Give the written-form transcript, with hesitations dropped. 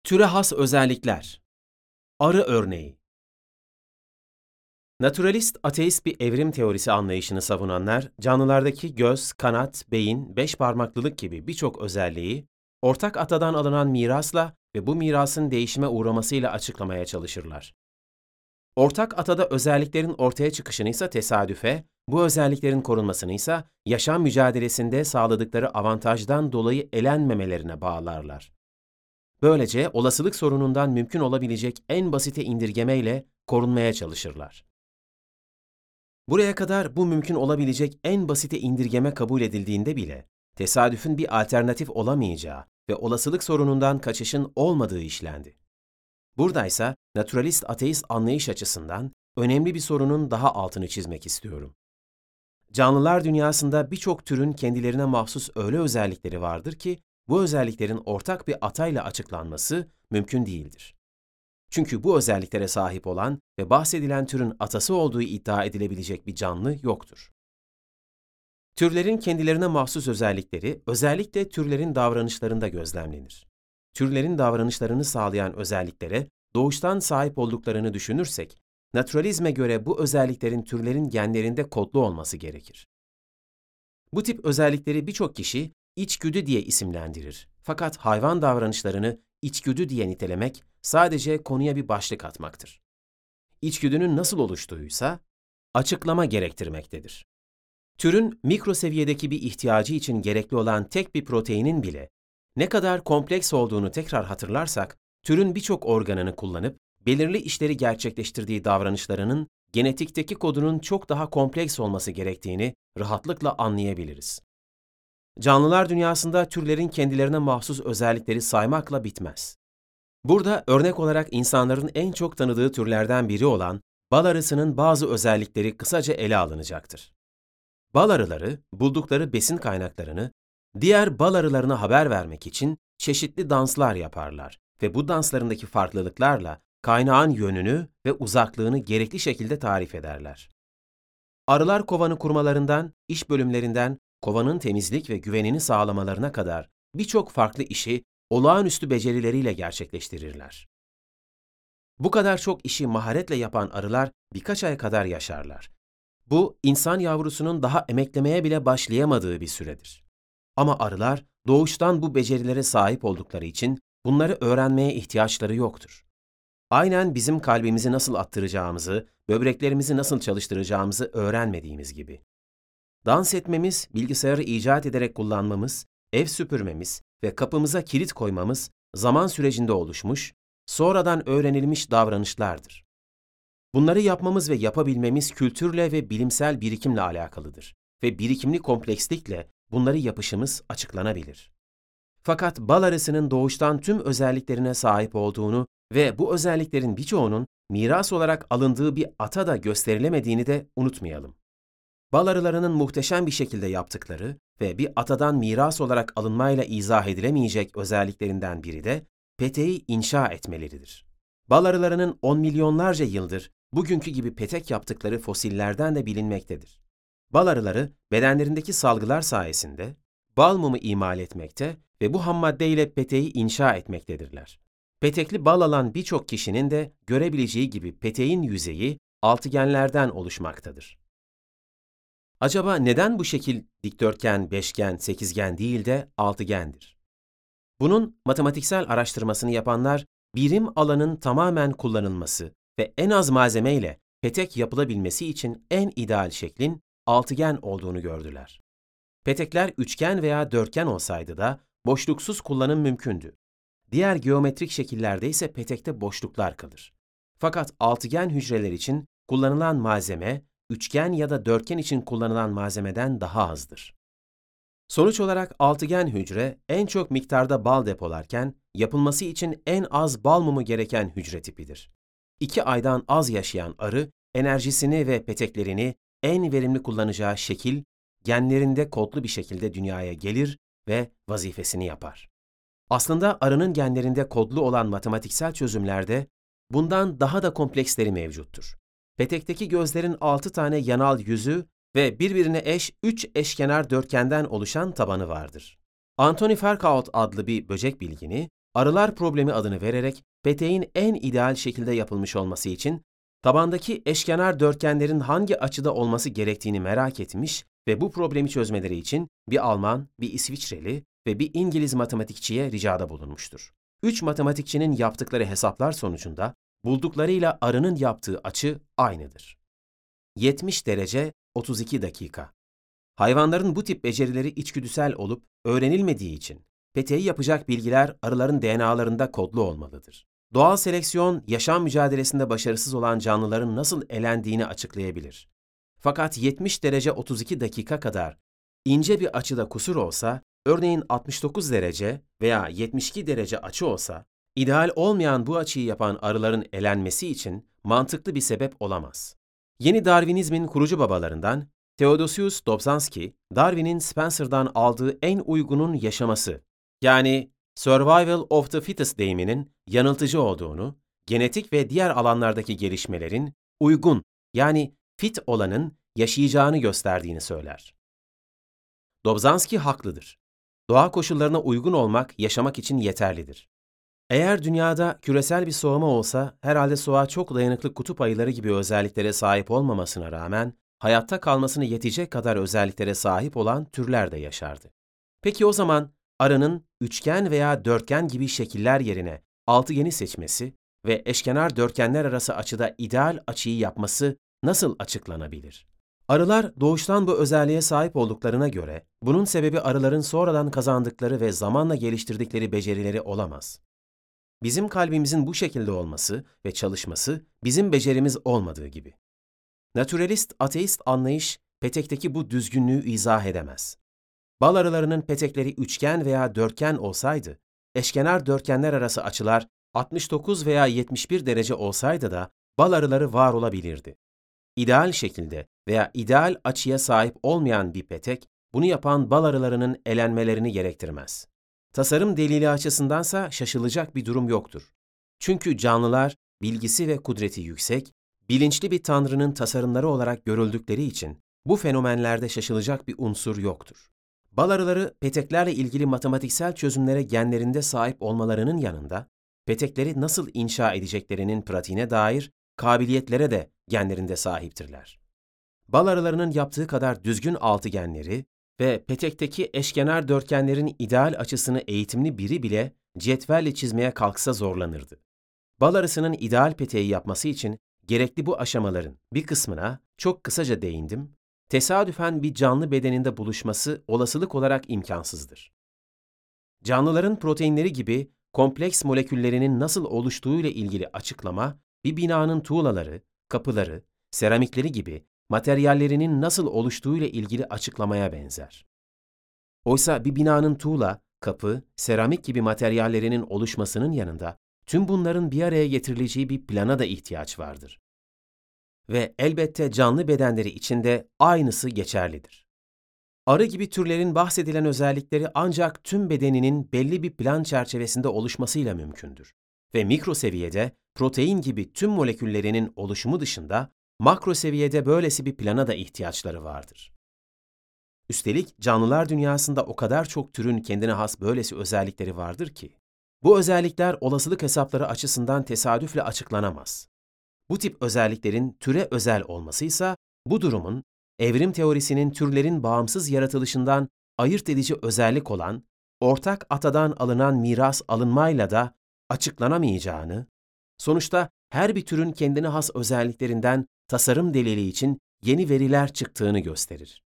Türe has özellikler. Arı örneği. Naturalist, ateist bir evrim teorisi anlayışını savunanlar, canlılardaki göz, kanat, beyin, beş parmaklılık gibi birçok özelliği, ortak atadan alınan mirasla ve bu mirasın değişime uğramasıyla açıklamaya çalışırlar. Ortak atada özelliklerin ortaya çıkışını ise tesadüfe, bu özelliklerin korunmasını ise yaşam mücadelesinde sağladıkları avantajdan dolayı elenmemelerine bağlarlar. Böylece olasılık sorunundan mümkün olabilecek en basite indirgemeyle korunmaya çalışırlar. Buraya kadar bu mümkün olabilecek en basite indirgeme kabul edildiğinde bile, tesadüfün bir alternatif olamayacağı ve olasılık sorunundan kaçışın olmadığı işlendi. Buradaysa naturalist ateist anlayış açısından önemli bir sorunun daha altını çizmek istiyorum. Canlılar dünyasında birçok türün kendilerine mahsus öyle özellikleri vardır ki, bu özelliklerin ortak bir atayla açıklanması mümkün değildir. Çünkü bu özelliklere sahip olan ve bahsedilen türün atası olduğu iddia edilebilecek bir canlı yoktur. Türlerin kendilerine mahsus özellikleri, özellikle türlerin davranışlarında gözlemlenir. Türlerin davranışlarını sağlayan özelliklere doğuştan sahip olduklarını düşünürsek, naturalizme göre bu özelliklerin türlerin genlerinde kodlu olması gerekir. Bu tip özellikleri birçok kişi içgüdü diye isimlendirir. Fakat hayvan davranışlarını içgüdü diye nitelemek sadece konuya bir başlık atmaktır. İçgüdünün nasıl oluştuğuysa açıklama gerektirmektedir. Türün mikro seviyedeki bir ihtiyacı için gerekli olan tek bir proteinin bile ne kadar kompleks olduğunu tekrar hatırlarsak, türün birçok organını kullanıp belirli işleri gerçekleştirdiği davranışlarının genetikteki kodunun çok daha kompleks olması gerektiğini rahatlıkla anlayabiliriz. Canlılar dünyasında türlerin kendilerine mahsus özellikleri saymakla bitmez. Burada örnek olarak insanların en çok tanıdığı türlerden biri olan bal arısının bazı özellikleri kısaca ele alınacaktır. Bal arıları, buldukları besin kaynaklarını diğer bal arılarına haber vermek için çeşitli danslar yaparlar ve bu danslarındaki farklılıklarla kaynağın yönünü ve uzaklığını gerekli şekilde tarif ederler. Arılar kovanı kurmalarından, iş bölümlerinden, kovanın temizlik ve güvenini sağlamalarına kadar birçok farklı işi olağanüstü becerileriyle gerçekleştirirler. Bu kadar çok işi maharetle yapan arılar birkaç ay kadar yaşarlar. Bu, insan yavrusunun daha emeklemeye bile başlayamadığı bir süredir. Ama arılar doğuştan bu becerilere sahip oldukları için bunları öğrenmeye ihtiyaçları yoktur. Aynen bizim kalbimizi nasıl attıracağımızı, böbreklerimizi nasıl çalıştıracağımızı öğrenmediğimiz gibi. Dans etmemiz, bilgisayarı icat ederek kullanmamız, ev süpürmemiz ve kapımıza kilit koymamız zaman sürecinde oluşmuş, sonradan öğrenilmiş davranışlardır. Bunları yapmamız ve yapabilmemiz kültürle ve bilimsel birikimle alakalıdır ve birikimli komplekslikle bunları yapışımız açıklanabilir. Fakat bal arısının doğuştan tüm özelliklerine sahip olduğunu ve bu özelliklerin birçoğunun miras olarak alındığı bir ata da gösterilemediğini de unutmayalım. Bal arılarının muhteşem bir şekilde yaptıkları ve bir atadan miras olarak alınmayla izah edilemeyecek özelliklerinden biri de peteği inşa etmeleridir. Bal arılarının 10 milyonlarca yıldır bugünkü gibi petek yaptıkları fosillerden de bilinmektedir. Bal arıları bedenlerindeki salgılar sayesinde bal mumu imal etmekte ve bu hammaddeyle peteği inşa etmektedirler. Petekli bal alan birçok kişinin de görebileceği gibi peteğin yüzeyi altıgenlerden oluşmaktadır. Acaba neden bu şekil dikdörtgen, beşgen, sekizgen değil de altıgendir? Bunun matematiksel araştırmasını yapanlar, birim alanın tamamen kullanılması ve en az malzemeyle petek yapılabilmesi için en ideal şeklin altıgen olduğunu gördüler. Petekler üçgen veya dörtgen olsaydı da boşluksuz kullanım mümkündü. Diğer geometrik şekillerde ise petekte boşluklar kalır. Fakat altıgen hücreler için kullanılan malzeme, üçgen ya da dörtgen için kullanılan malzemeden daha azdır. Sonuç olarak altıgen hücre en çok miktarda bal depolarken yapılması için en az bal mumu gereken hücre tipidir. 2 aydan az yaşayan arı enerjisini ve peteklerini en verimli kullanacağı şekil, genlerinde kodlu bir şekilde dünyaya gelir ve vazifesini yapar. Aslında arının genlerinde kodlu olan matematiksel çözümlerde bundan daha da kompleksleri mevcuttur. Petekteki gözlerin 6 tane yanal yüzü ve birbirine eş 3 eşkenar dörtgenden oluşan tabanı vardır. Anthony Farcault adlı bir böcek bilgini, arılar problemi adını vererek peteğin en ideal şekilde yapılmış olması için tabandaki eşkenar dörtgenlerin hangi açıda olması gerektiğini merak etmiş ve bu problemi çözmeleri için bir Alman, bir İsviçreli ve bir İngiliz matematikçiye ricada bulunmuştur. 3 matematikçinin yaptıkları hesaplar sonucunda bulduklarıyla arının yaptığı açı aynıdır. 70 derece 32 dakika. Hayvanların bu tip becerileri içgüdüsel olup öğrenilmediği için peteği yapacak bilgiler arıların DNA'larında kodlu olmalıdır. Doğal seleksiyon, yaşam mücadelesinde başarısız olan canlıların nasıl elendiğini açıklayabilir. Fakat 70 derece 32 dakika kadar ince bir açıda kusur olsa, örneğin 69 derece veya 72 derece açı olsa, ideal olmayan bu açıyı yapan arıların elenmesi için mantıklı bir sebep olamaz. Yeni Darwinizmin kurucu babalarından Theodosius Dobzhansky, Darwin'in Spencer'dan aldığı en uygunun yaşaması, yani survival of the fittest deyiminin yanıltıcı olduğunu, genetik ve diğer alanlardaki gelişmelerin uygun, yani fit olanın yaşayacağını gösterdiğini söyler. Dobzhansky haklıdır. Doğa koşullarına uygun olmak yaşamak için yeterlidir. Eğer dünyada küresel bir soğuma olsa, herhalde soğuğa çok dayanıklı kutup ayıları gibi özelliklere sahip olmamasına rağmen, hayatta kalmasını yetecek kadar özelliklere sahip olan türler de yaşardı. Peki o zaman arının üçgen veya dörtgen gibi şekiller yerine altıgeni seçmesi ve eşkenar dörtgenler arası açıda ideal açıyı yapması nasıl açıklanabilir? Arılar doğuştan bu özelliğe sahip olduklarına göre, bunun sebebi arıların sonradan kazandıkları ve zamanla geliştirdikleri becerileri olamaz. Bizim kalbimizin bu şekilde olması ve çalışması bizim becerimiz olmadığı gibi. Naturalist, ateist anlayış petekteki bu düzgünlüğü izah edemez. Bal arılarının petekleri üçgen veya dörtgen olsaydı, eşkenar dörtgenler arası açılar 69 veya 71 derece olsaydı da bal arıları var olabilirdi. İdeal şekilde veya ideal açıya sahip olmayan bir petek, bunu yapan bal arılarının elenmelerini gerektirmez. Tasarım delili açısındansa şaşılacak bir durum yoktur. Çünkü canlılar bilgisi ve kudreti yüksek, bilinçli bir tanrının tasarımları olarak görüldükleri için bu fenomenlerde şaşılacak bir unsur yoktur. Bal arıları peteklerle ilgili matematiksel çözümlere genlerinde sahip olmalarının yanında, petekleri nasıl inşa edeceklerinin pratiğine dair kabiliyetlere de genlerinde sahiptirler. Bal arılarının yaptığı kadar düzgün altıgenleri ve petekteki eşkenar dörtgenlerin ideal açısını eğitimli biri bile cetvelle çizmeye kalksa zorlanırdı. Bal arısının ideal peteği yapması için gerekli bu aşamaların bir kısmına çok kısaca değindim. Tesadüfen bir canlı bedeninde buluşması olasılık olarak imkansızdır. Canlıların proteinleri gibi kompleks moleküllerinin nasıl oluştuğuyla ilgili açıklama, bir binanın tuğlaları, kapıları, seramikleri gibi materyallerinin nasıl oluştuğuyla ilgili açıklamaya benzer. Oysa bir binanın tuğla, kapı, seramik gibi materyallerinin oluşmasının yanında tüm bunların bir araya getirileceği bir plana da ihtiyaç vardır. Ve elbette canlı bedenleri için de aynısı geçerlidir. Arı gibi türlerin bahsedilen özellikleri ancak tüm bedeninin belli bir plan çerçevesinde oluşmasıyla mümkündür. Ve mikro seviyede protein gibi tüm moleküllerinin oluşumu dışında makro seviyede böylesi bir plana da ihtiyaçları vardır. Üstelik canlılar dünyasında o kadar çok türün kendine has böylesi özellikleri vardır ki, bu özellikler olasılık hesapları açısından tesadüfle açıklanamaz. Bu tip özelliklerin türe özel olmasıysa, bu durumun evrim teorisinin türlerin bağımsız yaratılışından ayırt edici özellik olan, ortak atadan alınan miras alınmayla da açıklanamayacağını, sonuçta her bir türün kendine has özelliklerinden tasarım delili için yeni veriler çıktığını gösterir.